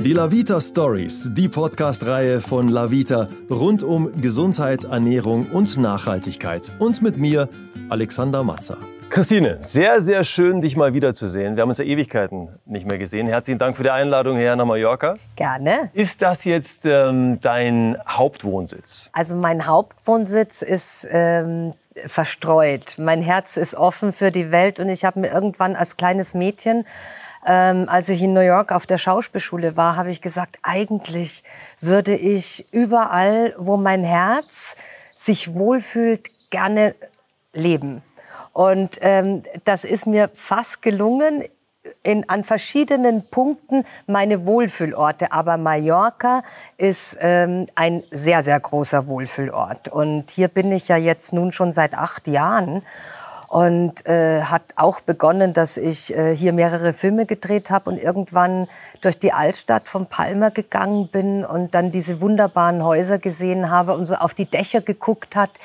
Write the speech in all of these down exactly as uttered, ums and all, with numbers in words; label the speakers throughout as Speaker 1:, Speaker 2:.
Speaker 1: Die LaVita Stories, die Podcast-Reihe von LaVita rund um Gesundheit, Ernährung und Nachhaltigkeit. Und mit mir, Alexander Matzer.
Speaker 2: Christine, sehr, sehr schön, dich mal wiederzusehen. Wir haben uns ja Ewigkeiten nicht mehr gesehen. Herzlichen Dank für die Einladung her nach Mallorca.
Speaker 3: Gerne.
Speaker 2: Ist das jetzt ähm, dein Hauptwohnsitz?
Speaker 3: Also mein Hauptwohnsitz ist ähm, verstreut. Mein Herz ist offen für die Welt und ich habe mir irgendwann als kleines Mädchen, ähm, als ich in New York auf der Schauspielschule war, habe ich gesagt, eigentlich würde ich überall, wo mein Herz sich wohlfühlt, gerne leben. Und ähm, das ist mir fast gelungen, in, an verschiedenen Punkten meine Wohlfühlorte. Aber Mallorca ist ähm, ein sehr, sehr großer Wohlfühlort. Und hier bin ich ja jetzt nun schon seit acht Jahren. Und äh, hat auch begonnen, dass ich äh, hier mehrere Filme gedreht habe und irgendwann durch die Altstadt von Palma gegangen bin und dann diese wunderbaren Häuser gesehen habe und so auf die Dächer geguckt hat.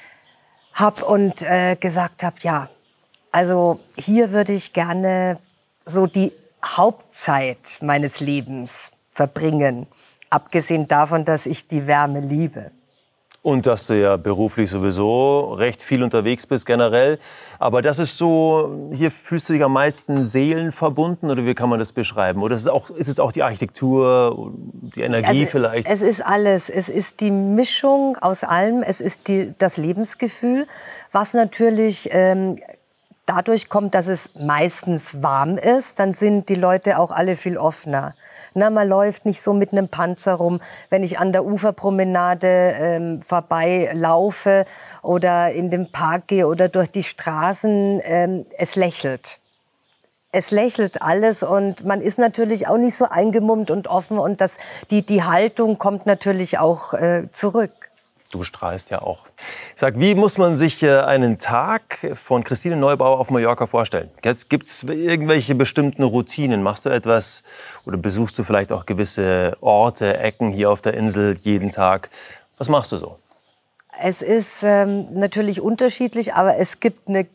Speaker 3: Hab und äh, gesagt habe, ja, also hier würde ich gerne so die Hauptzeit meines Lebens verbringen. Abgesehen davon, dass ich die Wärme liebe.
Speaker 2: Und dass du ja beruflich sowieso recht viel unterwegs bist generell. Aber das ist so, hier fühlst du dich am meisten seelenverbunden oder wie kann man das beschreiben? Oder ist es auch, ist es auch die Architektur, die Energie
Speaker 3: also,
Speaker 2: vielleicht?
Speaker 3: Es ist alles. Es ist die Mischung aus allem. Es ist die, das Lebensgefühl, was natürlich ähm, dadurch kommt, dass es meistens warm ist. Dann sind die Leute auch alle viel offener. Na, man läuft nicht so mit einem Panzer rum. Wenn ich an der Uferpromenade ähm, vorbei laufe oder in den Park gehe oder durch die Straßen, ähm, es lächelt. Es lächelt alles und man ist natürlich auch nicht so eingemummt und offen und das, die, die Haltung kommt natürlich auch äh, zurück.
Speaker 2: Du strahlst ja auch. Sag, wie muss man sich äh, einen Tag von Christine Neubauer auf Mallorca vorstellen? Gibt es irgendwelche bestimmten Routinen? Machst du etwas oder besuchst du vielleicht auch gewisse Orte, Ecken hier auf der Insel jeden Tag? Was machst du so?
Speaker 3: Es ist ähm, natürlich unterschiedlich, aber es gibt eine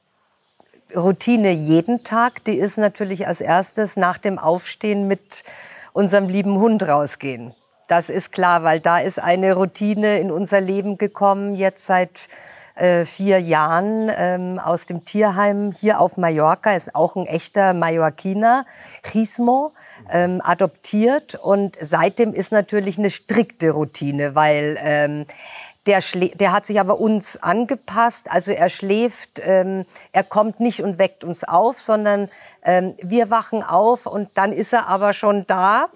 Speaker 3: Routine jeden Tag. Die ist natürlich als erstes nach dem Aufstehen mit unserem lieben Hund rausgehen. Das ist klar, weil da ist eine Routine in unser Leben gekommen, jetzt seit äh, vier Jahren ähm, aus dem Tierheim hier auf Mallorca. Ist auch ein echter Mallorquiner, Gizmo, ähm, adoptiert. Und seitdem ist natürlich eine strikte Routine, weil ähm, der, der hat sich aber uns angepasst. Also er schläft, ähm, er kommt nicht und weckt uns auf, sondern ähm, wir wachen auf und dann ist er aber schon da.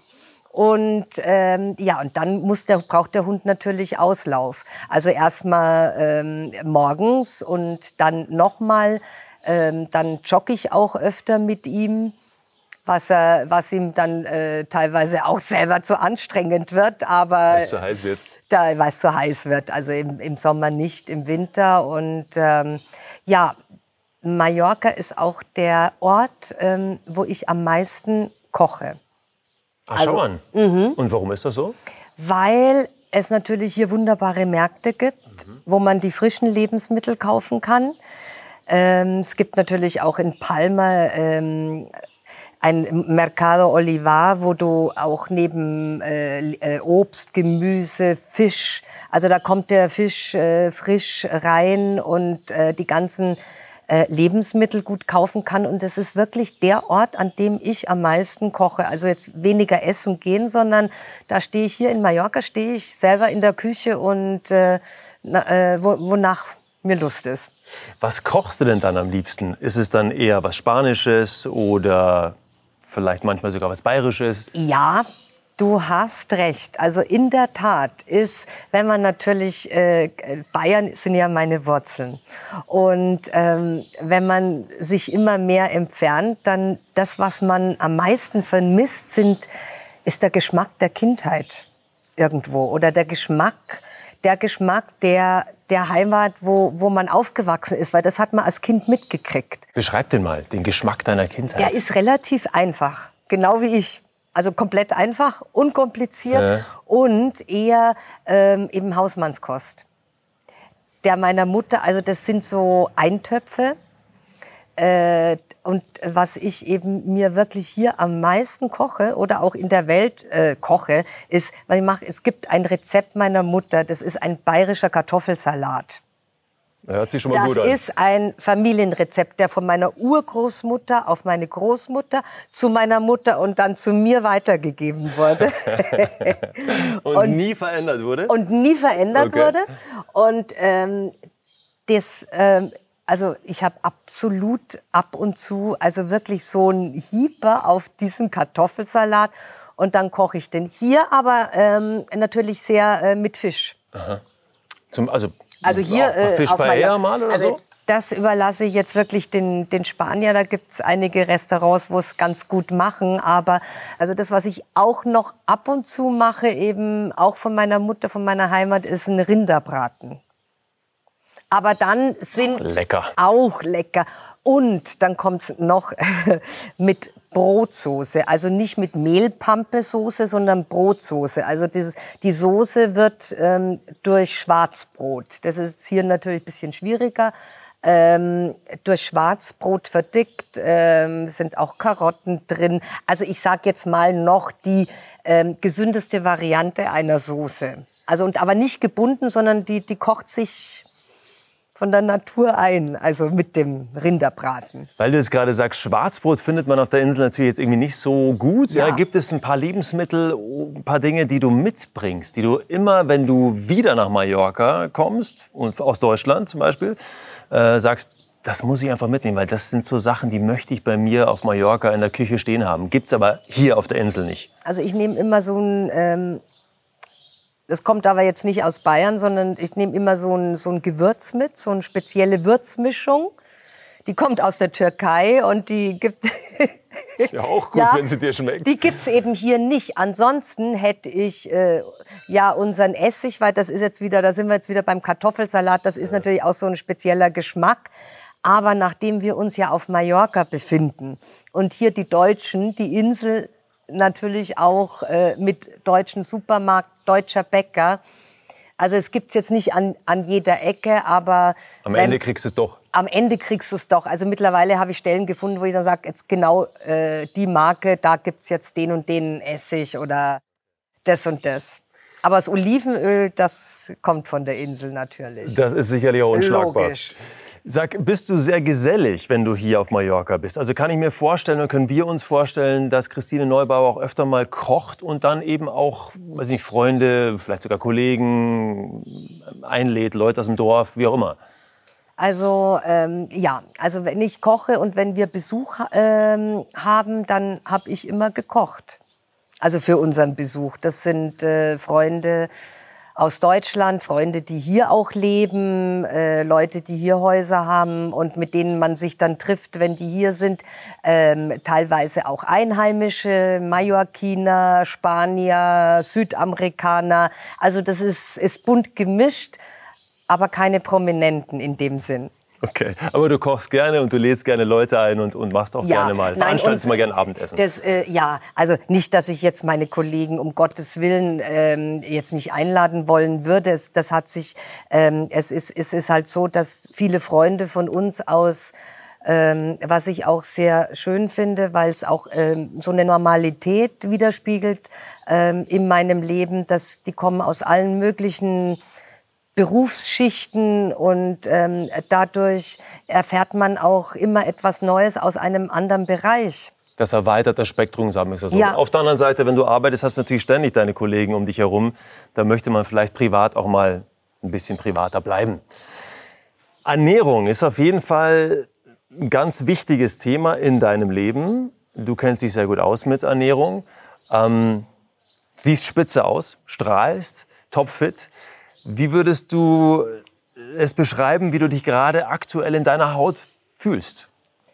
Speaker 3: Und ähm, ja, und dann muss der, braucht der Hund natürlich Auslauf. Also erstmal ähm, morgens und dann nochmal. Ähm, dann jogge ich auch öfter mit ihm, was, er, was ihm dann äh, teilweise auch selber zu anstrengend wird. Aber
Speaker 2: weil es zu heiß wird.
Speaker 3: Da, weil es zu heiß wird. Also im, im Sommer nicht, im Winter. Und ähm, ja, Mallorca ist auch der Ort, ähm, wo ich am meisten koche.
Speaker 2: Ach, schau an. Mhm. Und warum ist das so?
Speaker 3: Weil es natürlich hier wunderbare Märkte gibt, mhm. wo man die frischen Lebensmittel kaufen kann. Ähm, es gibt natürlich auch in Palma ähm, ein Mercado Olivar, wo du auch neben äh, Obst, Gemüse, Fisch, also da kommt der Fisch äh, frisch rein und äh, die ganzen Lebensmittel gut kaufen kann. Und das ist wirklich der Ort, an dem ich am meisten koche. Also jetzt weniger essen gehen, sondern da stehe ich hier in Mallorca, stehe ich selber in der Küche und äh, na, wo, wonach mir Lust ist.
Speaker 2: Was kochst du denn dann am liebsten? Ist es dann eher was Spanisches oder vielleicht manchmal sogar was Bayerisches?
Speaker 3: Ja, du hast recht. Also in der Tat ist, wenn man natürlich, äh, Bayern sind ja meine Wurzeln. Und ähm, wenn man sich immer mehr entfernt, dann das, was man am meisten vermisst, sind, ist der Geschmack der Kindheit irgendwo. Oder der Geschmack, der Geschmack der, der Heimat, wo, wo man aufgewachsen ist. Weil das hat man als Kind mitgekriegt.
Speaker 2: Beschreib den mal, den Geschmack deiner Kindheit.
Speaker 3: Der ist relativ einfach, genau wie ich. Also komplett einfach, unkompliziert ja. und eher ähm, eben Hausmannskost. Der meiner Mutter, also das sind so Eintöpfe äh, Und was ich eben mir wirklich hier am meisten koche oder auch in der Welt äh, koche, ist, weil ich mache, es gibt ein Rezept meiner Mutter, das ist ein bayerischer Kartoffelsalat.
Speaker 2: Hört sich schon mal
Speaker 3: Das
Speaker 2: gut an.
Speaker 3: ist ein Familienrezept, der von meiner Urgroßmutter auf meine Großmutter zu meiner Mutter und dann zu mir weitergegeben wurde.
Speaker 2: und,
Speaker 3: und
Speaker 2: nie verändert wurde?
Speaker 3: Und nie verändert
Speaker 2: Okay.
Speaker 3: wurde. Und ähm, das, ähm, also ich habe absolut ab und zu, also wirklich so einen Hieper auf diesen Kartoffelsalat. Und dann koche ich den hier, aber ähm, natürlich sehr äh, mit Fisch.
Speaker 2: Aha. Zum, also
Speaker 3: Also hier
Speaker 2: äh, Fisch
Speaker 3: auf
Speaker 2: Paella
Speaker 3: Mallorca.
Speaker 2: mal oder
Speaker 3: also
Speaker 2: so?
Speaker 3: Das überlasse ich jetzt wirklich den, den Spanier. Da gibt es einige Restaurants, wo es ganz gut machen. Aber also das, was ich auch noch ab und zu mache, eben auch von meiner Mutter, von meiner Heimat, ist ein Rinderbraten. Aber dann sind
Speaker 2: Lecker.
Speaker 3: auch lecker. Und dann kommt es noch mit Brotsoße. Also nicht mit Mehlpampesoße, sondern Brotsoße. Also dieses, die Soße wird ähm, durch Schwarzbrot. Das ist hier natürlich ein bisschen schwieriger. Ähm, durch Schwarzbrot verdickt, ähm, sind auch Karotten drin. Also ich sage jetzt mal noch die ähm, gesündeste Variante einer Soße. Also und aber nicht gebunden, sondern die, die kocht sich von der Natur ein, also mit dem Rinderbraten.
Speaker 2: Weil du es gerade sagst, Schwarzbrot findet man auf der Insel natürlich jetzt irgendwie nicht so gut. Ja.
Speaker 3: Ja.
Speaker 2: Gibt es ein paar Lebensmittel, ein paar Dinge, die du mitbringst, die du immer, wenn du wieder nach Mallorca kommst, und aus Deutschland zum Beispiel, äh, sagst, das muss ich einfach mitnehmen, weil das sind so Sachen, die möchte ich bei mir auf Mallorca in der Küche stehen haben. Gibt's aber hier auf der Insel nicht.
Speaker 3: Also ich nehme immer so ein... Ähm Das kommt aber jetzt nicht aus Bayern, sondern ich nehme immer so ein, so ein Gewürz mit, so eine spezielle Würzmischung. Die kommt aus der Türkei und die gibt...
Speaker 2: Ja, auch gut,
Speaker 3: Ja,
Speaker 2: wenn sie dir schmeckt.
Speaker 3: Die gibt's eben hier nicht. Ansonsten hätte ich äh, ja unseren Essig, weil das ist jetzt wieder, da sind wir jetzt wieder beim Kartoffelsalat. Das ist natürlich auch so ein spezieller Geschmack. Aber nachdem wir uns ja auf Mallorca befinden und hier die Deutschen, die Insel natürlich auch äh, mit deutschen Supermarkt, deutscher Bäcker. Also es gibt's jetzt nicht an, an jeder Ecke, aber...
Speaker 2: Am
Speaker 3: wenn,
Speaker 2: Ende kriegst du es doch.
Speaker 3: Am Ende kriegst du es doch. Also mittlerweile habe ich Stellen gefunden, wo ich dann sage, jetzt genau äh, die Marke, da gibt's jetzt den und den Essig oder das und das. Aber das Olivenöl, das kommt von der Insel natürlich.
Speaker 2: Das ist sicherlich auch unschlagbar.
Speaker 3: Logisch.
Speaker 2: Sag, bist du sehr gesellig, wenn du hier auf Mallorca bist? Also kann ich mir vorstellen, oder können wir uns vorstellen, dass Christine Neubauer auch öfter mal kocht und dann eben auch, weiß nicht, Freunde, vielleicht sogar Kollegen einlädt, Leute aus dem Dorf, wie auch immer?
Speaker 3: Also ähm, ja, also wenn ich koche und wenn wir Besuch ähm, haben, dann habe ich immer gekocht. Also für unseren Besuch. Das sind äh, Freunde aus Deutschland, Freunde, die hier auch leben, äh, Leute, die hier Häuser haben und mit denen man sich dann trifft, wenn die hier sind. Ähm, teilweise auch Einheimische, Mallorquiner, Spanier, Südamerikaner. Also das ist, ist bunt gemischt, aber keine Prominenten in dem Sinn.
Speaker 2: Okay, aber du kochst gerne und du lädst gerne Leute ein und, und machst auch
Speaker 3: Ja,
Speaker 2: gerne mal,
Speaker 3: nein,
Speaker 2: veranstaltest
Speaker 3: und
Speaker 2: mal gerne Abendessen.
Speaker 3: Das, äh, ja, also nicht, dass ich jetzt meine Kollegen um Gottes Willen ähm, jetzt nicht einladen wollen würde. Es, das hat sich, ähm, es ist, es ist halt so, dass viele Freunde von uns aus, ähm, was ich auch sehr schön finde, weil es auch ähm, so eine Normalität widerspiegelt ähm, in meinem Leben, dass die kommen aus allen möglichen Berufsschichten und ähm, dadurch erfährt man auch immer etwas Neues aus einem anderen Bereich.
Speaker 2: Das erweitert das Spektrum, sagen wir so.
Speaker 3: Ja.
Speaker 2: Auf der anderen Seite, wenn du arbeitest, hast du natürlich ständig deine Kollegen um dich herum. Da möchte man vielleicht privat auch mal ein bisschen privater bleiben. Ernährung ist auf jeden Fall ein ganz wichtiges Thema in deinem Leben. Du kennst dich sehr gut aus mit Ernährung. Ähm, siehst spitze aus, strahlst, topfit. Wie würdest du es beschreiben, wie du dich gerade aktuell in deiner Haut fühlst?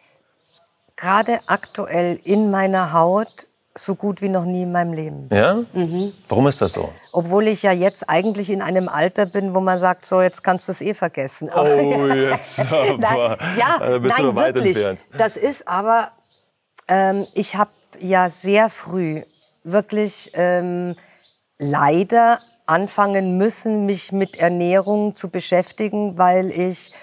Speaker 3: Gerade aktuell in meiner Haut so gut wie noch nie in meinem Leben.
Speaker 2: Ja? Warum ist das so?
Speaker 3: Obwohl ich ja jetzt eigentlich in einem Alter bin, wo man sagt, so jetzt kannst du es eh vergessen.
Speaker 2: Oh, jetzt aber.
Speaker 3: Nein, ja,
Speaker 2: da bist
Speaker 3: nein,
Speaker 2: du noch weit
Speaker 3: wirklich.
Speaker 2: entfernt.
Speaker 3: Das ist aber, ähm, ich habe ja sehr früh wirklich ähm, leider anfangen müssen, mich mit Ernährung zu beschäftigen, weil ich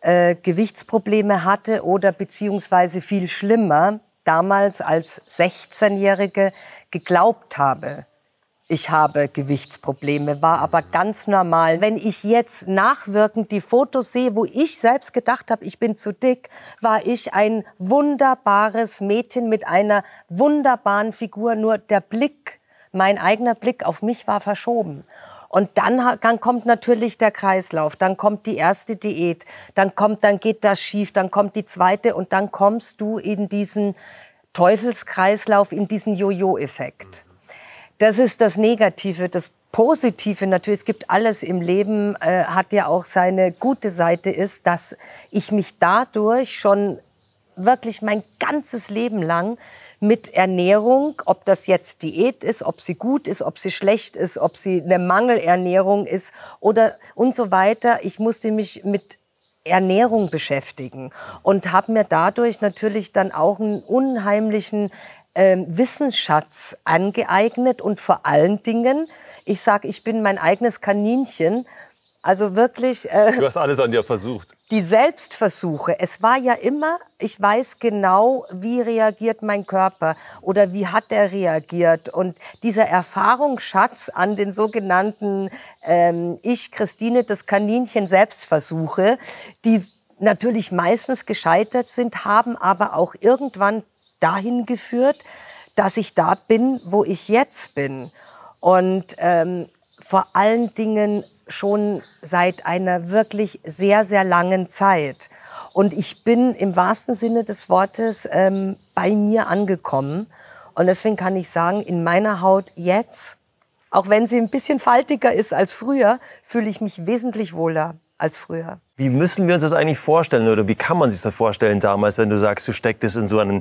Speaker 3: äh, Gewichtsprobleme hatte oder beziehungsweise viel schlimmer, damals als sechzehnjährige geglaubt habe, ich habe Gewichtsprobleme, war aber ganz normal. Wenn ich jetzt nachwirkend die Fotos sehe, wo ich selbst gedacht habe, ich bin zu dick, war ich ein wunderbares Mädchen mit einer wunderbaren Figur. Nur der Blick, mein eigener Blick auf mich war verschoben. Und dann, dann kommt natürlich der Kreislauf, dann kommt die erste Diät, dann kommt, dann geht das schief, dann kommt die zweite und dann kommst du in diesen Teufelskreislauf, in diesen Jojo-Effekt. Das ist das Negative. Das Positive natürlich, es gibt alles im Leben, äh, hat ja auch seine gute Seite, ist, dass ich mich dadurch schon wirklich mein ganzes Leben lang mit Ernährung, ob das jetzt Diät ist, ob sie gut ist, ob sie schlecht ist, ob sie eine Mangelernährung ist oder und so weiter. Ich musste mich mit Ernährung beschäftigen und habe mir dadurch natürlich dann auch einen unheimlichen Ähm, Wissensschatz angeeignet und vor allen Dingen, ich sage, ich bin mein eigenes Kaninchen, also wirklich... Äh,
Speaker 2: du hast alles an dir versucht.
Speaker 3: Die Selbstversuche, es war ja immer, ich weiß genau, wie reagiert mein Körper oder wie hat er reagiert und dieser Erfahrungsschatz an den sogenannten ähm, Ich, Christine, das Kaninchen Selbstversuche, die natürlich meistens gescheitert sind, haben aber auch irgendwann dahin geführt, dass ich da bin, wo ich jetzt bin. Und ähm, vor allen Dingen schon seit einer wirklich sehr, sehr langen Zeit. Und ich bin im wahrsten Sinne des Wortes ähm, bei mir angekommen. Und deswegen kann ich sagen, in meiner Haut jetzt, auch wenn sie ein bisschen faltiger ist als früher, fühle ich mich wesentlich wohler als früher.
Speaker 2: Wie müssen wir uns das eigentlich vorstellen oder wie kann man sich das vorstellen damals, wenn du sagst, du stecktest in so einem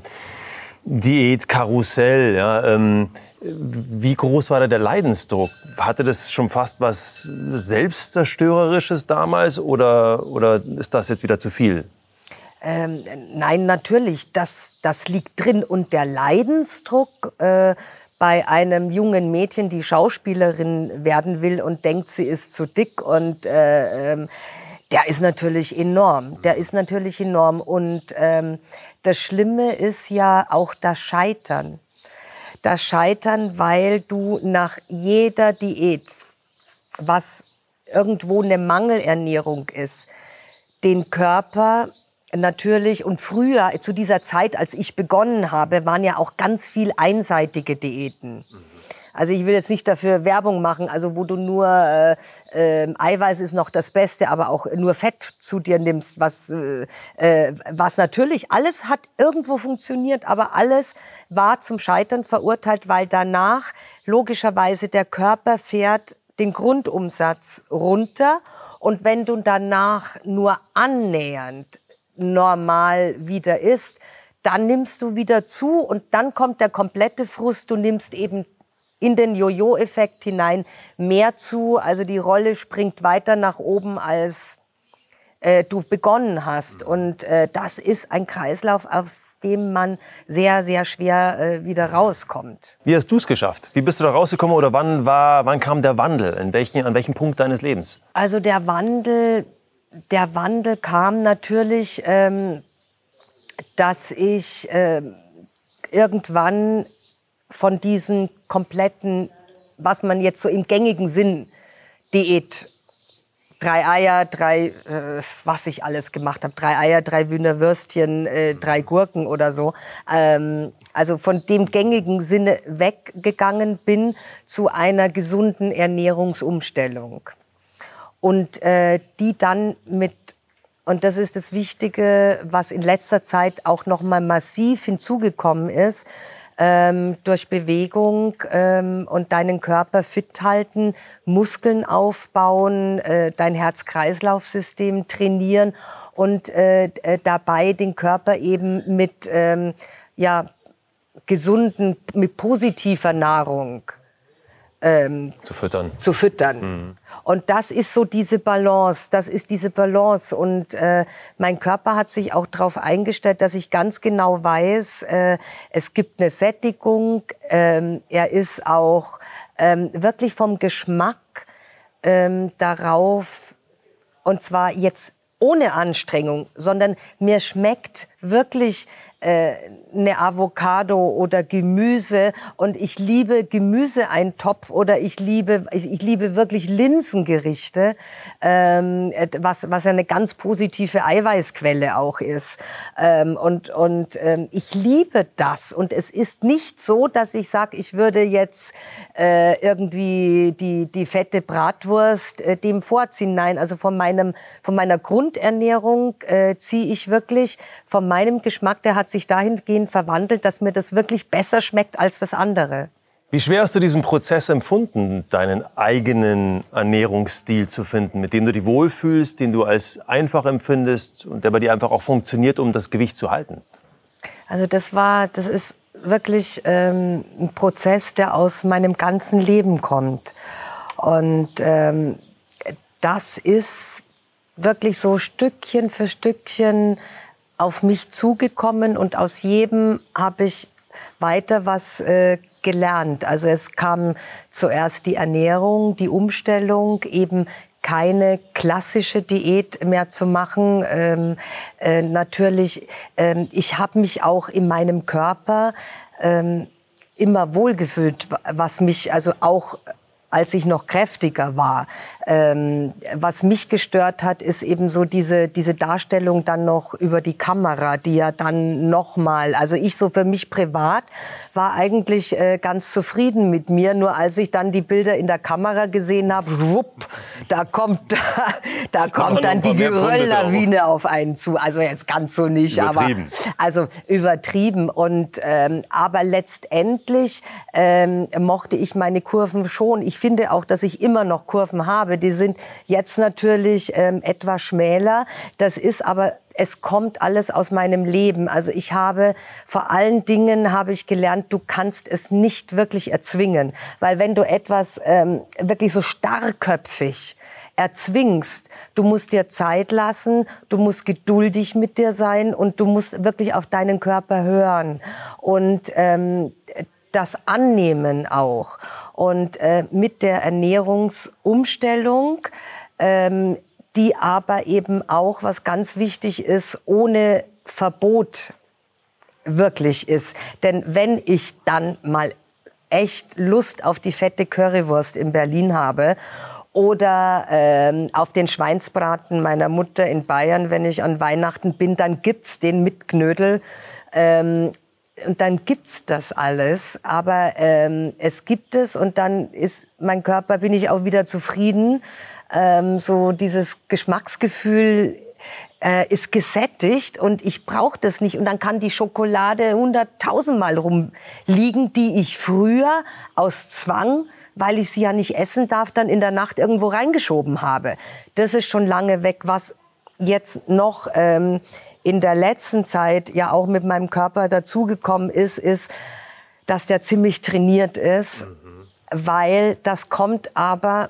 Speaker 2: Diätkarussell? Ja, ähm, wie groß war da der Leidensdruck? Hatte das schon fast was Selbstzerstörerisches damals oder, oder ist das jetzt wieder zu viel?
Speaker 3: Ähm, nein, natürlich, das, das liegt drin. Und der Leidensdruck äh, bei einem jungen Mädchen, die Schauspielerin werden will und denkt, sie ist zu dick und äh, ähm, der ist natürlich enorm. Der ist natürlich enorm. Und ähm, das Schlimme ist ja auch das Scheitern. Das Scheitern, weil du nach jeder Diät, was irgendwo eine Mangelernährung ist, den Körper natürlich, und früher, zu dieser Zeit, als ich begonnen habe, waren ja auch ganz viel einseitige Diäten. Also ich will jetzt nicht dafür Werbung machen, also wo du nur, äh, äh, Eiweiß ist noch das Beste, aber auch nur Fett zu dir nimmst, was, äh, was natürlich, alles hat irgendwo funktioniert, aber alles war zum Scheitern verurteilt, weil danach logischerweise der Körper fährt den Grundumsatz runter und wenn du danach nur annähernd normal wieder isst, dann nimmst du wieder zu und dann kommt der komplette Frust, du nimmst eben in den Jojo-Effekt hinein mehr zu. Also die Rolle springt weiter nach oben, als äh, du begonnen hast. Und äh, das ist ein Kreislauf, aus dem man sehr, sehr schwer äh, wieder rauskommt.
Speaker 2: Wie hast du es geschafft? Wie bist du da rausgekommen oder wann, war, wann kam der Wandel? In welchen, an welchem Punkt deines Lebens?
Speaker 3: Also der Wandel, der Wandel kam natürlich, ähm, dass ich äh, irgendwann von diesen kompletten, was man jetzt so im gängigen Sinn, Diät, drei Eier, drei, äh, was ich alles gemacht habe, drei Eier, drei Wiener Würstchen, äh, drei Gurken oder so, ähm, also von dem gängigen Sinne weggegangen bin zu einer gesunden Ernährungsumstellung. Und äh, die dann mit, und das ist das Wichtige, was in letzter Zeit auch noch mal massiv hinzugekommen ist, Ähm, durch Bewegung ähm, und deinen Körper fit halten, Muskeln aufbauen, äh, dein Herz-Kreislauf-System trainieren und äh, äh, dabei den Körper eben mit ähm, ja, gesunden, mit positiver Nahrung ähm,
Speaker 2: zu füttern.
Speaker 3: Zu füttern. Mhm. Und das ist so diese Balance, das ist diese Balance. Und äh, mein Körper hat sich auch darauf eingestellt, dass ich ganz genau weiß, äh, es gibt eine Sättigung, ähm, er ist auch ähm, wirklich vom Geschmack ähm, darauf, und zwar jetzt ohne Anstrengung, sondern mir schmeckt wirklich äh, eine Avocado oder Gemüse und ich liebe Gemüseeintopf oder ich liebe ich, ich liebe wirklich Linsengerichte, ähm, was was ja eine ganz positive Eiweißquelle auch ist, ähm, und und ähm, ich liebe das und es ist nicht so, dass ich sage, ich würde jetzt äh, irgendwie die die fette Bratwurst äh, dem vorziehen. Nein, also von meinem von meiner Grundernährung äh, ziehe ich wirklich von meinem Geschmack, der hat sich dahingehend verwandelt, dass mir das wirklich besser schmeckt als das andere.
Speaker 2: Wie schwer hast du diesen Prozess empfunden, deinen eigenen Ernährungsstil zu finden, mit dem du dich wohlfühlst, den du als einfach empfindest und der bei dir einfach auch funktioniert, um das Gewicht zu halten?
Speaker 3: Also das war, das ist wirklich ähm, ein Prozess, der aus meinem ganzen Leben kommt. Und ähm, das ist wirklich so Stückchen für Stückchen auf mich zugekommen und aus jedem habe ich weiter was äh, gelernt. Also es kam zuerst die Ernährung, die Umstellung, eben keine klassische Diät mehr zu machen. Ähm, äh, natürlich, ähm, ich habe mich auch in meinem Körper ähm, immer wohlgefühlt, was mich also auch als ich noch kräftiger war. Ähm, was mich gestört hat, ist eben so diese, diese Darstellung dann noch über die Kamera, die ja dann nochmal, also ich so für mich privat war eigentlich äh, ganz zufrieden mit mir, nur als ich dann die Bilder in der Kamera gesehen habe, schwupp, da kommt, da, da kommt dann die Gerölllawine auf einen zu. Also jetzt ganz so nicht, aber also übertrieben. Und, ähm, aber letztendlich ähm, mochte ich meine Kurven schon. Ich finde auch, dass ich immer noch Kurven habe. Die sind jetzt natürlich ähm, etwas schmäler. Das ist aber, es kommt alles aus meinem Leben. Also ich habe, vor allen Dingen habe ich gelernt, du kannst es nicht wirklich erzwingen. Weil wenn du etwas ähm, wirklich so starrköpfig erzwingst, du musst dir Zeit lassen, du musst geduldig mit dir sein und du musst wirklich auf deinen Körper hören. Und ähm, das annehmen auch. Und äh, mit der Ernährungsumstellung, ähm, die aber eben auch, was ganz wichtig ist, ohne Verbot wirklich ist. Denn wenn ich dann mal echt Lust auf die fette Currywurst in Berlin habe oder ähm, auf den Schweinsbraten meiner Mutter in Bayern, wenn ich an Weihnachten bin, dann gibt's den mit Knödel. Ähm, Und dann gibt's das alles, aber ähm, es gibt es und dann ist mein Körper, bin ich auch wieder zufrieden. Ähm, so dieses Geschmacksgefühl äh, ist gesättigt und ich brauche das nicht. Und dann kann die Schokolade hunderttausendmal rumliegen, die ich früher aus Zwang, weil ich sie ja nicht essen darf, dann in der Nacht irgendwo reingeschoben habe. Das ist schon lange weg, was jetzt noch ähm, in der letzten Zeit ja auch mit meinem Körper dazugekommen ist, ist, dass der ziemlich trainiert ist, mhm. weil das kommt aber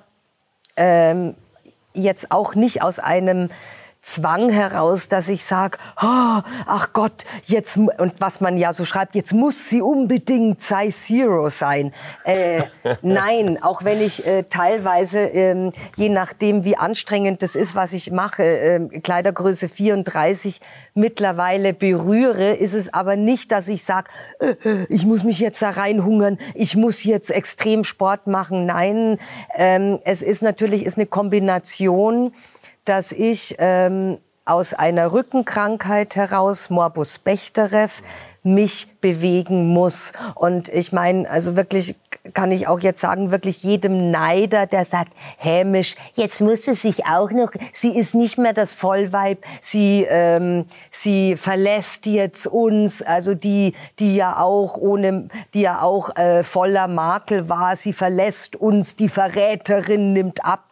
Speaker 3: ähm, jetzt auch nicht aus einem Zwang heraus, dass ich sage, oh, ach Gott, jetzt, und was man ja so schreibt, jetzt muss sie unbedingt Size Zero sein. Äh, nein, auch wenn ich äh, teilweise, ähm, je nachdem wie anstrengend das ist, was ich mache, äh, Kleidergröße vierunddreißig mittlerweile berühre, ist es aber nicht, dass ich sage, äh, ich muss mich jetzt da reinhungern, ich muss jetzt extrem Sport machen. Nein, ähm, es ist natürlich ist eine Kombination, dass ich ähm, aus einer Rückenkrankheit heraus, Morbus Bechterew, mich bewegen muss. Und ich meine, also wirklich kann ich auch jetzt sagen, wirklich jedem Neider, der sagt, hämisch, jetzt muss sie sich auch noch, sie ist nicht mehr das Vollweib, sie, ähm, sie verlässt jetzt uns, also die, die ja auch ohne, die ja auch äh, voller Makel war, sie verlässt uns, die Verräterin nimmt ab.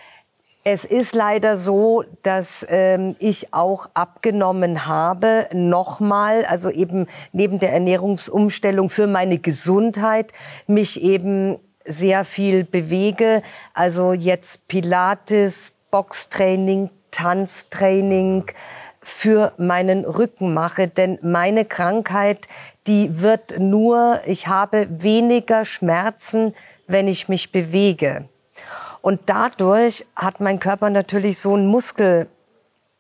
Speaker 3: Es ist leider so, dass ähm, ich auch abgenommen habe, nochmal, also eben neben der Ernährungsumstellung für meine Gesundheit, mich eben sehr viel bewege. Also jetzt Pilates, Boxtraining, Tanztraining für meinen Rücken mache. Denn meine Krankheit, die wird nur, ich habe weniger Schmerzen, wenn ich mich bewege. Und dadurch hat mein Körper natürlich so einen Muskel,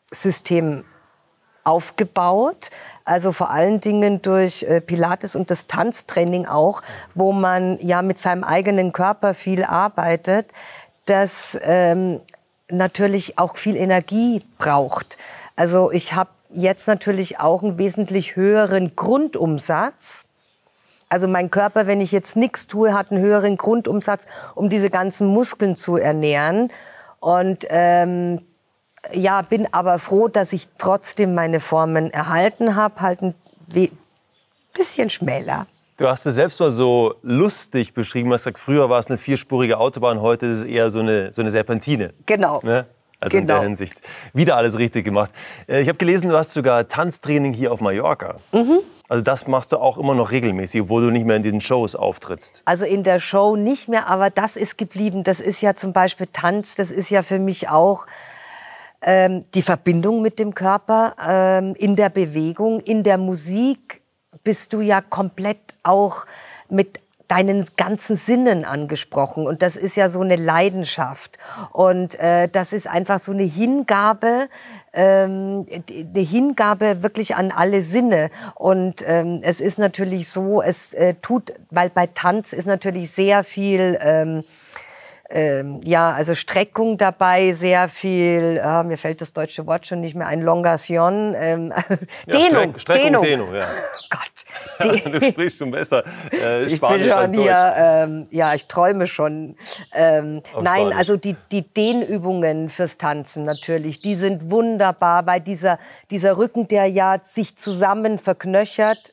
Speaker 3: System aufgebaut. Also vor allen Dingen durch äh, Pilates und das Tanztraining auch, wo man ja mit seinem eigenen Körper viel arbeitet, das ähm, natürlich auch viel Energie braucht. Also ich habe jetzt natürlich auch einen wesentlich höheren Grundumsatz. Also mein Körper, wenn ich jetzt nichts tue, hat einen höheren Grundumsatz, um diese ganzen Muskeln zu ernähren. Und ähm, ja, bin aber froh, dass ich trotzdem meine Formen erhalten habe, halt ein bisschen schmäler.
Speaker 2: Du hast es selbst mal so lustig beschrieben. Du hast gesagt, früher war es eine vierspurige Autobahn, heute ist es eher so eine, so eine Serpentine.
Speaker 3: Genau.
Speaker 2: Ne? Also
Speaker 3: genau.
Speaker 2: in der Hinsicht wieder alles richtig gemacht. Ich habe gelesen, du hast sogar Tanztraining hier auf Mallorca.
Speaker 3: Mhm.
Speaker 2: Also das machst du auch immer noch regelmäßig, obwohl du nicht mehr in diesen Shows auftrittst.
Speaker 3: Also in der Show nicht mehr, aber das ist geblieben. Das ist ja zum Beispiel Tanz, das ist ja für mich auch ähm, die Verbindung mit dem Körper, ähm, in der Bewegung, in der Musik bist du ja komplett auch mit deinen ganzen Sinnen angesprochen. Und das ist ja so eine Leidenschaft. Und äh, das ist einfach so eine Hingabe, ähm, eine Hingabe wirklich an alle Sinne. Und ähm, es ist natürlich so, es äh, tut, weil bei Tanz ist natürlich sehr viel... Ähm, Ähm, ja, also Streckung dabei, sehr viel, äh, mir fällt das deutsche Wort schon nicht mehr ein, Longation, ähm,
Speaker 2: ja,
Speaker 3: Dehnung,
Speaker 2: Streck, Streckung,
Speaker 3: Dehnung.
Speaker 2: Dehnung, ja.
Speaker 3: Gott.
Speaker 2: Du sprichst schon besser äh,
Speaker 3: ich
Speaker 2: Spanisch
Speaker 3: bin schon
Speaker 2: als Deutsch.
Speaker 3: hier, ähm, ja, ich träume schon. Ähm, nein,
Speaker 2: Spanisch.
Speaker 3: also die, die Dehnübungen fürs Tanzen natürlich, die sind wunderbar, weil dieser, dieser Rücken, der ja sich zusammen verknöchert,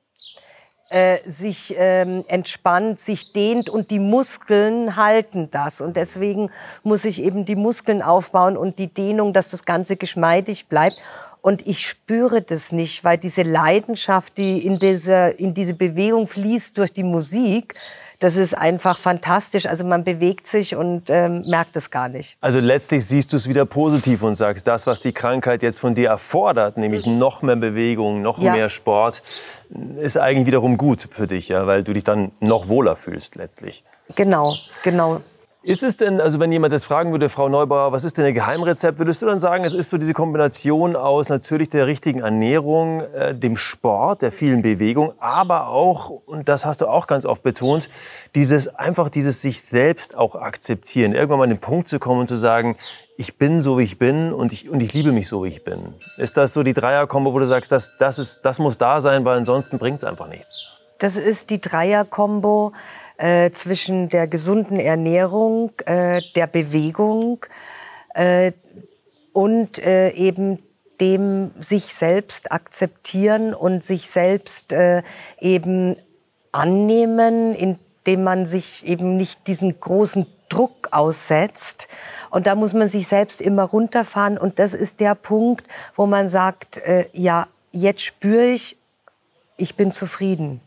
Speaker 3: Äh, sich ähm, entspannt, sich dehnt und die Muskeln halten das. Und deswegen muss ich eben die Muskeln aufbauen und die Dehnung, dass das Ganze geschmeidig bleibt. Und ich spüre das nicht, weil diese Leidenschaft, die in diese, in diese Bewegung fließt durch die Musik, das ist einfach fantastisch. Also man bewegt sich und ähm, merkt es gar nicht.
Speaker 2: Also letztlich siehst du es wieder positiv und sagst, das, was die Krankheit jetzt von dir erfordert, nämlich noch mehr Bewegung, noch
Speaker 3: Ja.
Speaker 2: mehr Sport, ist eigentlich wiederum gut für dich, ja, weil du dich dann noch wohler fühlst letztlich.
Speaker 3: Genau, genau.
Speaker 2: Ist es denn, also wenn jemand das fragen würde, Frau Neubauer, was ist denn ein Geheimrezept, würdest du dann sagen, es ist so diese Kombination aus natürlich der richtigen Ernährung, äh, dem Sport, der vielen Bewegung, aber auch, und das hast du auch ganz oft betont, dieses einfach dieses sich selbst auch akzeptieren, irgendwann mal an den Punkt zu kommen und zu sagen, ich bin so, wie ich bin und ich, und ich liebe mich so, wie ich bin. Ist das so die Dreierkombo, wo du sagst, das, das, ist, das muss da sein, weil ansonsten bringt es einfach nichts?
Speaker 3: Das ist die Dreierkombo äh, zwischen der gesunden Ernährung, äh, der Bewegung äh, und äh, eben dem sich selbst akzeptieren und sich selbst äh, eben annehmen, indem man sich eben nicht diesen großen Druck aussetzt. Und da muss man sich selbst immer runterfahren. Und das ist der Punkt, wo man sagt, äh, ja, jetzt spüre ich, ich bin zufrieden.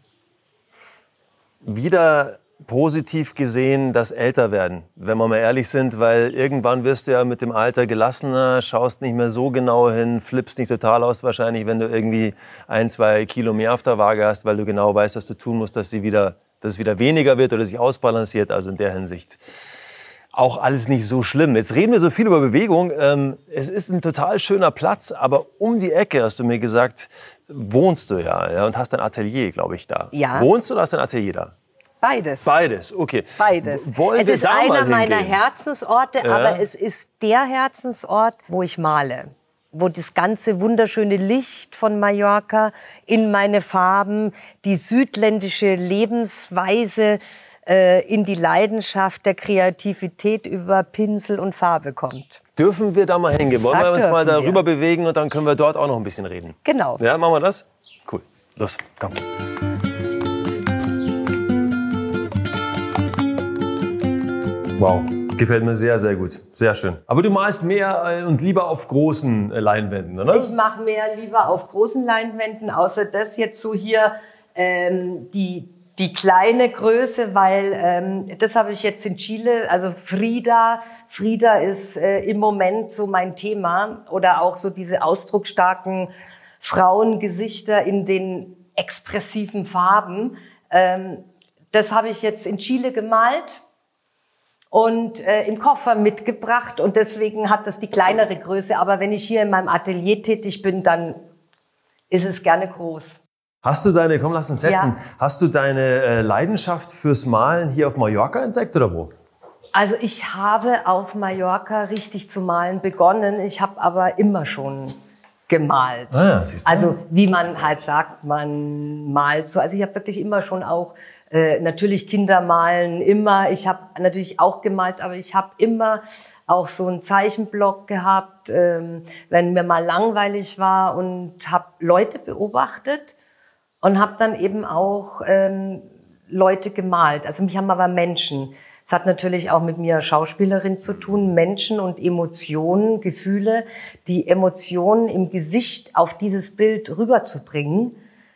Speaker 2: Wieder positiv gesehen das Älterwerden, wenn wir mal ehrlich sind, weil irgendwann wirst du ja mit dem Alter gelassener, schaust nicht mehr so genau hin, flippst nicht total aus wahrscheinlich, wenn du irgendwie ein, zwei Kilo mehr auf der Waage hast, weil du genau weißt, was du tun musst, dass, sie wieder, dass es wieder weniger wird oder sich ausbalanciert, also in der Hinsicht. Auch alles nicht so schlimm. Jetzt reden wir so viel über Bewegung. Ähm, es ist ein total schöner Platz, aber um die Ecke, hast du mir gesagt, wohnst du ja, ja und hast ein Atelier, glaube ich, da.
Speaker 3: Ja.
Speaker 2: Wohnst du oder hast ein Atelier da?
Speaker 3: Beides.
Speaker 2: Beides, okay.
Speaker 3: Beides.
Speaker 2: Wollen
Speaker 3: es
Speaker 2: wir
Speaker 3: ist
Speaker 2: da
Speaker 3: einer
Speaker 2: mal
Speaker 3: meiner
Speaker 2: hingehen?
Speaker 3: Herzensorte,
Speaker 2: Ja.
Speaker 3: aber es ist der Herzensort, wo ich male. Wo das ganze wunderschöne Licht von Mallorca in meine Farben, die südländische Lebensweise äh, in die Leidenschaft der Kreativität über Pinsel und Farbe kommt.
Speaker 2: Dürfen wir da mal hingehen? Wollen
Speaker 3: Da
Speaker 2: wir uns mal
Speaker 3: dürfen
Speaker 2: darüber
Speaker 3: wir.
Speaker 2: bewegen und dann können wir dort auch noch ein bisschen reden?
Speaker 3: Genau.
Speaker 2: Ja, machen wir das? Cool. Los, komm. Wow. Gefällt mir sehr, sehr gut. Sehr schön. Aber du malst mehr und lieber auf großen Leinwänden, oder?
Speaker 3: Ich mache mehr lieber auf großen Leinwänden, außer das jetzt so hier ähm, die, die kleine Größe, weil ähm, das habe ich jetzt in Chile, also Frida. Frida ist äh, im Moment so mein Thema oder auch so diese ausdrucksstarken Frauengesichter in den expressiven Farben. Ähm, das habe ich jetzt in Chile gemalt. und äh, im Koffer mitgebracht und deswegen hat das die kleinere Größe. Aber wenn ich hier in meinem Atelier tätig bin, dann ist es gerne groß.
Speaker 2: Hast du deine, komm, lass uns setzen, ja. Hast du deine äh, Leidenschaft fürs Malen hier auf Mallorca entdeckt oder wo?
Speaker 3: Also ich habe auf Mallorca richtig zu malen begonnen. Ich habe aber immer schon gemalt.
Speaker 2: Ah ja, siehst du.
Speaker 3: Also wie man halt sagt, man malt so. Also ich habe wirklich immer schon auch, äh, natürlich Kinder malen immer. Ich habe natürlich auch gemalt, aber ich habe immer auch so einen Zeichenblock gehabt, ähm, wenn mir mal langweilig war und habe Leute beobachtet und habe dann eben auch ähm, Leute gemalt. Also mich haben aber Menschen. Es hat natürlich auch mit mir Schauspielerin zu tun, Menschen und Emotionen, Gefühle, die Emotionen im Gesicht auf dieses Bild rüberzubringen.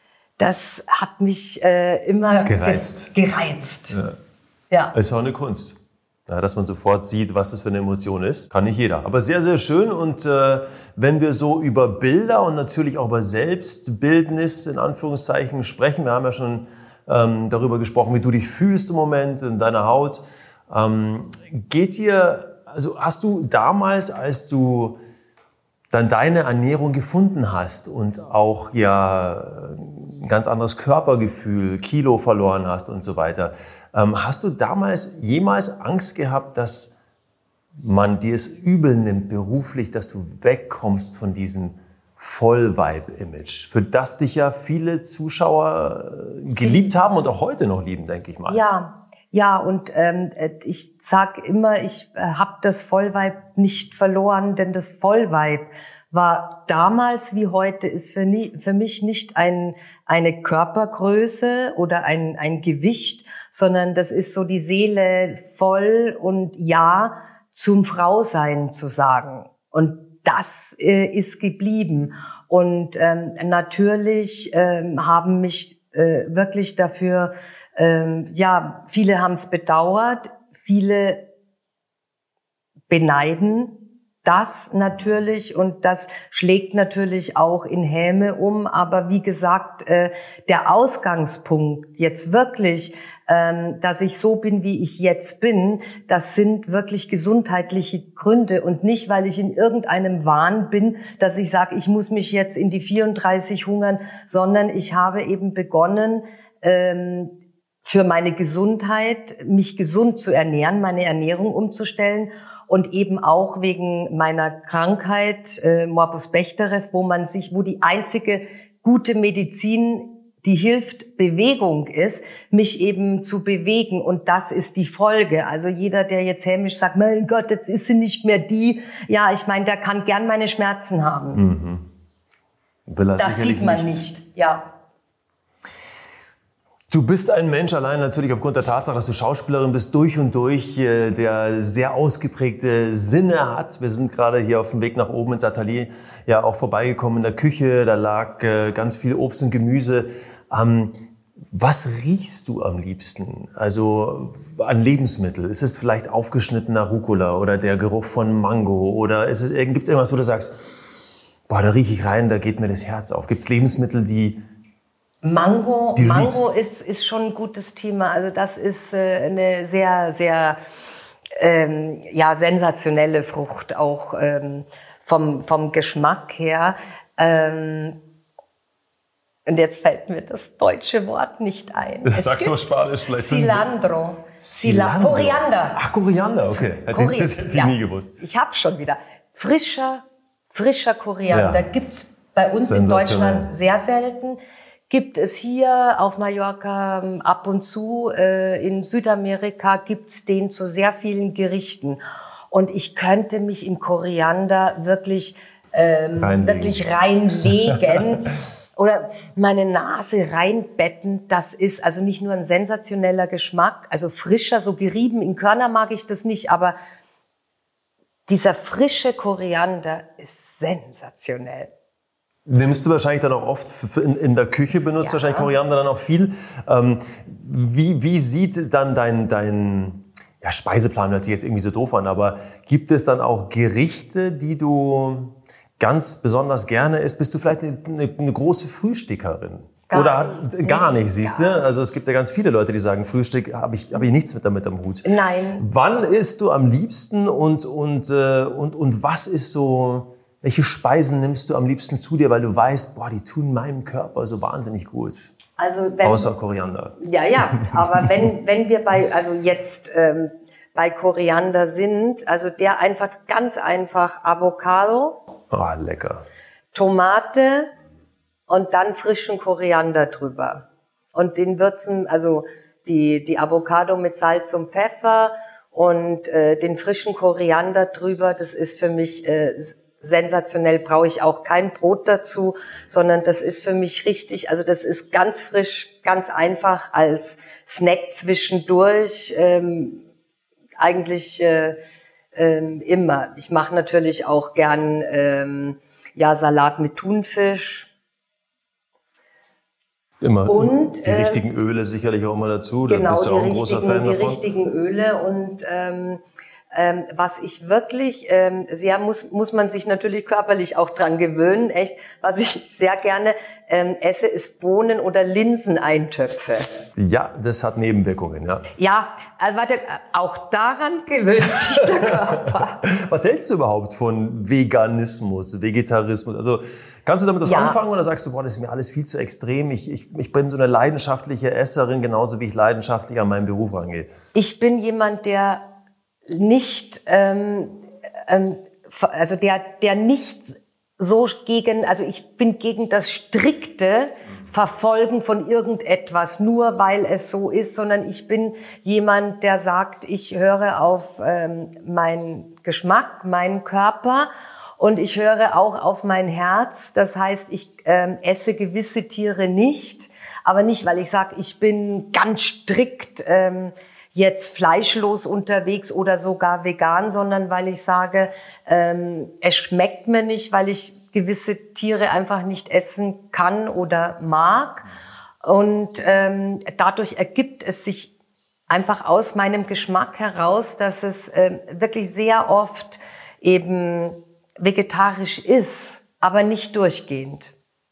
Speaker 3: Das hat mich äh, immer
Speaker 2: gereizt.
Speaker 3: gereizt.
Speaker 2: Ja.
Speaker 3: Ja.
Speaker 2: Ist auch eine Kunst. Ja, dass man sofort sieht, was das für eine Emotion ist. Kann nicht jeder. Aber sehr, sehr schön. Und äh, wenn wir so über Bilder und natürlich auch über Selbstbildnis in Anführungszeichen sprechen, wir haben ja schon ähm, darüber gesprochen, wie du dich fühlst im Moment in deiner Haut. Ähm, geht dir, also hast du damals, als du dann deine Ernährung gefunden hast und auch ja ein ganz anderes Körpergefühl, Kilo verloren hast und so weiter, ähm, hast du damals jemals Angst gehabt, dass man dir es übel nimmt beruflich, dass du wegkommst von diesem Vollweib-Image, für das dich ja viele Zuschauer geliebt haben und auch heute noch lieben, denke ich mal.
Speaker 3: Ja. Ja, und ähm, ich sag immer, ich äh, habe das Vollweib nicht verloren, denn das Vollweib war damals wie heute, ist für, nie, für mich nicht ein, eine Körpergröße oder ein, ein Gewicht, sondern das ist so die Seele voll und Ja zum Frausein zu sagen. Und das äh, ist geblieben. Und ähm, natürlich ähm, haben mich äh, wirklich dafür Ähm, ja, viele haben es bedauert, viele beneiden das natürlich und das schlägt natürlich auch in Häme um. Aber wie gesagt, äh, der Ausgangspunkt jetzt wirklich, ähm, dass ich so bin, wie ich jetzt bin, das sind wirklich gesundheitliche Gründe und nicht, weil ich in irgendeinem Wahn bin, dass ich sage, ich muss mich jetzt in die vierunddreißig hungern, sondern ich habe eben begonnen, ähm, für meine Gesundheit, mich gesund zu ernähren, meine Ernährung umzustellen und eben auch wegen meiner Krankheit, äh, Morbus Bechterew, wo man sich, wo die einzige gute Medizin, die hilft, Bewegung ist, mich eben zu bewegen und das ist die Folge. Also jeder, der jetzt hämisch sagt, mein Gott, jetzt ist sie nicht mehr die, ja, ich meine, der kann gern meine Schmerzen haben.
Speaker 2: Mhm. Will er
Speaker 3: das sieht man
Speaker 2: nicht.
Speaker 3: nicht, ja.
Speaker 2: Du bist ein Mensch allein natürlich aufgrund der Tatsache, dass du Schauspielerin bist, durch und durch, der sehr ausgeprägte Sinne hat. Wir sind gerade hier auf dem Weg nach oben ins Atelier ja auch vorbeigekommen in der Küche. Da lag ganz viel Obst und Gemüse. Was riechst du am liebsten? Also an Lebensmittel? Ist es vielleicht aufgeschnittener Rucola oder der Geruch von Mango? Oder ist es, gibt es irgendwas, wo du sagst, boah, da rieche ich rein, da geht mir das Herz auf? Gibt es Lebensmittel, die
Speaker 3: Mango, Mango ist, ist schon ein gutes Thema. Also das ist äh, eine sehr, sehr ähm, ja, sensationelle Frucht, auch ähm, vom, vom Geschmack her. Ähm, und jetzt fällt mir das deutsche Wort nicht ein.
Speaker 2: Sagst du Spanisch vielleicht?
Speaker 3: Cilantro.
Speaker 2: Cilantro.
Speaker 3: Koriander.
Speaker 2: Ach, Koriander, okay.
Speaker 3: Kori-
Speaker 2: das hätte ich
Speaker 3: ja,
Speaker 2: nie gewusst.
Speaker 3: Ich habe schon wieder. Frischer, frischer Koriander
Speaker 2: Ja.
Speaker 3: gibt's bei uns in Deutschland sehr selten. Gibt es hier auf Mallorca ab und zu, äh, in Südamerika gibt's den zu sehr vielen Gerichten. Und ich könnte mich in Koriander wirklich, ähm,
Speaker 2: Reinlegen.
Speaker 3: wirklich reinlegen oder meine Nase reinbetten. Das ist also nicht nur ein sensationeller Geschmack, also frischer, so gerieben in Körner mag ich das nicht, aber dieser frische Koriander ist sensationell.
Speaker 2: Nimmst du wahrscheinlich dann auch oft in, in der Küche, benutzt
Speaker 3: Ja.
Speaker 2: wahrscheinlich Koriander dann auch viel. Ähm, wie, wie sieht dann dein, dein ja, Speiseplan, hört sich jetzt irgendwie so doof an, aber gibt es dann auch Gerichte, die du ganz besonders gerne isst? Bist du vielleicht eine, eine, eine große Frühstückerin?
Speaker 3: Gar
Speaker 2: Oder
Speaker 3: nicht.
Speaker 2: gar
Speaker 3: Nee,
Speaker 2: nicht, siehst
Speaker 3: gar
Speaker 2: du? Also es gibt ja ganz viele Leute, die sagen, Frühstück habe ich, hab ich nichts mit damit am Hut.
Speaker 3: Nein.
Speaker 2: Wann isst du am liebsten und, und, äh, und, und was ist so, welche Speisen nimmst du am liebsten zu dir, weil du weißt, boah, die tun meinem Körper so wahnsinnig gut.
Speaker 3: Also wenn,
Speaker 2: Außer Koriander.
Speaker 3: Ja, ja, aber wenn, wenn wir bei, also jetzt ähm, bei Koriander sind, also der einfach ganz einfach Avocado,
Speaker 2: Ah, lecker.
Speaker 3: Tomate und dann frischen Koriander drüber. Und den würzen, also die, die Avocado mit Salz und Pfeffer und äh, den frischen Koriander drüber, das ist für mich äh, sensationell, brauche ich auch kein Brot dazu, sondern das ist für mich richtig, also das ist ganz frisch, ganz einfach als Snack zwischendurch, ähm, eigentlich äh, ähm, immer. Ich mache natürlich auch gern ähm, ja, Salat mit Thunfisch.
Speaker 2: Immer
Speaker 3: Und,
Speaker 2: die
Speaker 3: äh,
Speaker 2: richtigen Öle sicherlich auch mal dazu. Da
Speaker 3: Genau,
Speaker 2: bist du
Speaker 3: die
Speaker 2: auch ein großer
Speaker 3: richtigen,
Speaker 2: Fan
Speaker 3: die
Speaker 2: davon.
Speaker 3: richtigen Öle und ähm, ähm, was ich wirklich ähm, sehr muss, muss man sich natürlich körperlich auch dran gewöhnen. Echt, was ich sehr gerne ähm, esse, ist Bohnen- oder Linseneintöpfe.
Speaker 2: Ja, das hat Nebenwirkungen, ja.
Speaker 3: Ja, also warte, auch daran gewöhnt sich der Körper.
Speaker 2: Was hältst du überhaupt von Veganismus, Vegetarismus? Also kannst du damit was
Speaker 3: Ja.
Speaker 2: anfangen oder sagst du, boah, das ist mir alles viel zu extrem? Ich, ich, ich bin so eine leidenschaftliche Esserin, genauso wie ich leidenschaftlich an meinen Beruf rangehe.
Speaker 3: Ich bin jemand, der nicht, ähm, ähm, also der, der nicht so gegen, also ich bin gegen das strikte Verfolgen von irgendetwas, nur weil es so ist, sondern ich bin jemand, der sagt, ich höre auf ähm, meinen Geschmack, meinen Körper und ich höre auch auf mein Herz. Das heißt, ich ähm, esse gewisse Tiere nicht, aber nicht, weil ich sage, ich bin ganz strikt ähm, jetzt fleischlos unterwegs oder sogar vegan, sondern weil ich sage, ähm, es schmeckt mir nicht, weil ich gewisse Tiere einfach nicht essen kann oder mag. Und ähm, dadurch ergibt es sich einfach aus meinem Geschmack heraus, dass es äh, wirklich sehr oft eben vegetarisch ist, aber nicht durchgehend.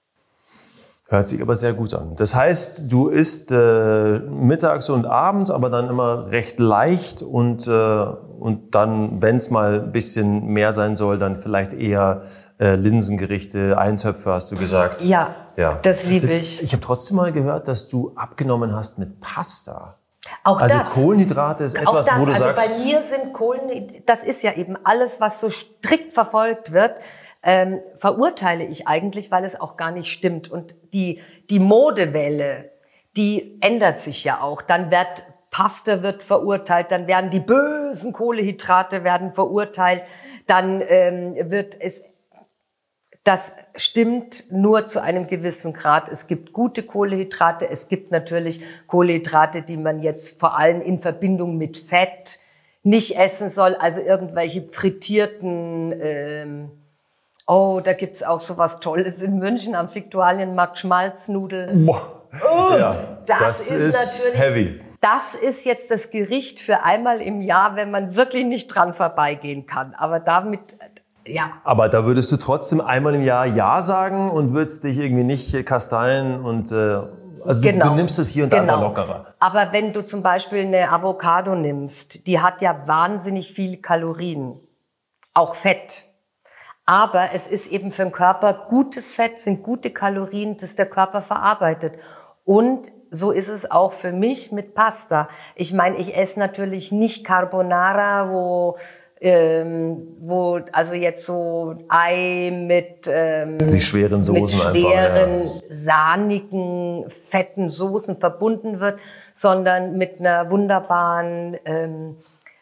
Speaker 2: Hört sich aber sehr gut an. Das heißt, du isst äh, mittags und abends, aber dann immer recht leicht und, äh, und dann, wenn es mal ein bisschen mehr sein soll, dann vielleicht eher äh, Linsengerichte, Eintöpfe, hast du gesagt.
Speaker 3: Ja,
Speaker 2: ja.
Speaker 3: Das liebe ich.
Speaker 2: Ich habe trotzdem mal gehört, dass du abgenommen hast mit Pasta.
Speaker 3: Auch
Speaker 2: also
Speaker 3: das.
Speaker 2: Kohlenhydrate ist etwas,
Speaker 3: Auch das.
Speaker 2: wo du
Speaker 3: also
Speaker 2: sagst...
Speaker 3: bei mir sind Kohlenhydrate, das ist ja eben alles, was so strikt verfolgt wird, ähm, verurteile ich eigentlich, weil es auch gar nicht stimmt. Und die, die Modewelle, die ändert sich ja auch. Dann wird Pasta wird verurteilt, dann werden die bösen Kohlenhydrate werden verurteilt, dann ähm, wird es... Das stimmt nur zu einem gewissen Grad. Es gibt gute Kohlenhydrate. Es gibt natürlich Kohlenhydrate, die man jetzt vor allem in Verbindung mit Fett nicht essen soll. Also irgendwelche frittierten, ähm, oh, da gibt's auch so was Tolles in München am Viktualienmarkt, Schmalznudeln.
Speaker 2: Boah.
Speaker 3: Oh,
Speaker 2: Ja,
Speaker 3: das,
Speaker 2: das
Speaker 3: ist,
Speaker 2: ist
Speaker 3: natürlich
Speaker 2: heavy.
Speaker 3: Das ist jetzt das Gericht für einmal im Jahr, wenn man wirklich nicht dran vorbeigehen kann. Aber damit... Ja.
Speaker 2: Aber da würdest du trotzdem einmal im Jahr Ja sagen und würdest dich irgendwie nicht kasteien und äh, also
Speaker 3: Genau.
Speaker 2: du, du nimmst es hier und da
Speaker 3: Genau.
Speaker 2: einfach lockerer.
Speaker 3: Aber wenn du zum Beispiel eine Avocado nimmst, die hat ja wahnsinnig viel Kalorien, auch Fett. Aber es ist eben für den Körper gutes Fett, sind gute Kalorien, das der Körper verarbeitet. Und so ist es auch für mich mit Pasta. Ich meine, ich esse natürlich nicht Carbonara, wo Ähm, wo also jetzt so Ei mit ähm,
Speaker 2: die schweren Soßen
Speaker 3: mit schweren,
Speaker 2: einfach, ja.
Speaker 3: sahnigen, fetten Soßen verbunden wird, sondern mit einer wunderbaren ähm,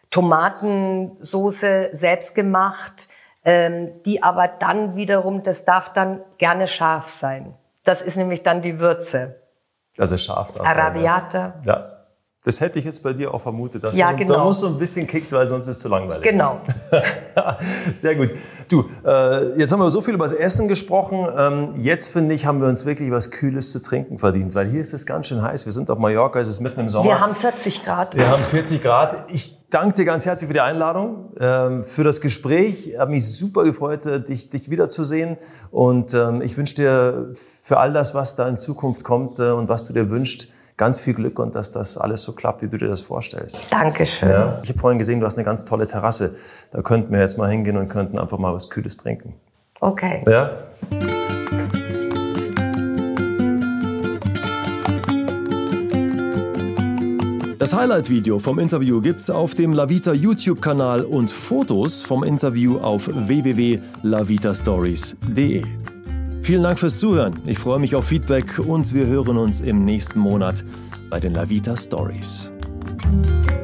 Speaker 3: Tomatensoße selbst gemacht, ähm, die aber dann wiederum, das darf dann gerne scharf sein. Das ist nämlich dann die Würze.
Speaker 2: Also scharf.
Speaker 3: Arrabbiata.
Speaker 2: Ja. Das hätte ich jetzt bei dir auch vermutet, dass
Speaker 3: ja,
Speaker 2: du,
Speaker 3: genau.
Speaker 2: da musst du ein bisschen kickt, weil sonst ist es zu langweilig.
Speaker 3: Genau.
Speaker 2: Sehr gut. Du, äh, jetzt haben wir so viel über das Essen gesprochen. Ähm, jetzt, finde ich, haben wir uns wirklich was Kühles zu trinken verdient, weil hier ist es ganz schön heiß. Wir sind auf Mallorca, es ist mitten im Sommer.
Speaker 3: Wir haben vierzig Grad.
Speaker 2: Wir haben vierzig Grad. Ich danke dir ganz herzlich für die Einladung, ähm, für das Gespräch. Ich habe mich super gefreut, dich, dich wiederzusehen. Und ähm, ich wünsche dir für all das, was da in Zukunft kommt äh, und was du dir wünschst, ganz viel Glück und dass das alles so klappt, wie du dir das vorstellst.
Speaker 3: Dankeschön.
Speaker 2: Ja. Ich habe vorhin gesehen, du hast eine ganz tolle Terrasse. Da könnten wir jetzt mal hingehen und könnten einfach mal was Kühles trinken.
Speaker 3: Okay.
Speaker 2: Ja?
Speaker 1: Das Highlight-Video vom Interview gibt's auf dem LaVita YouTube-Kanal und Fotos vom Interview auf w w w punkt lavitastories punkt de. Vielen Dank fürs Zuhören. Ich freue mich auf Feedback und wir hören uns im nächsten Monat bei den LaVita Stories.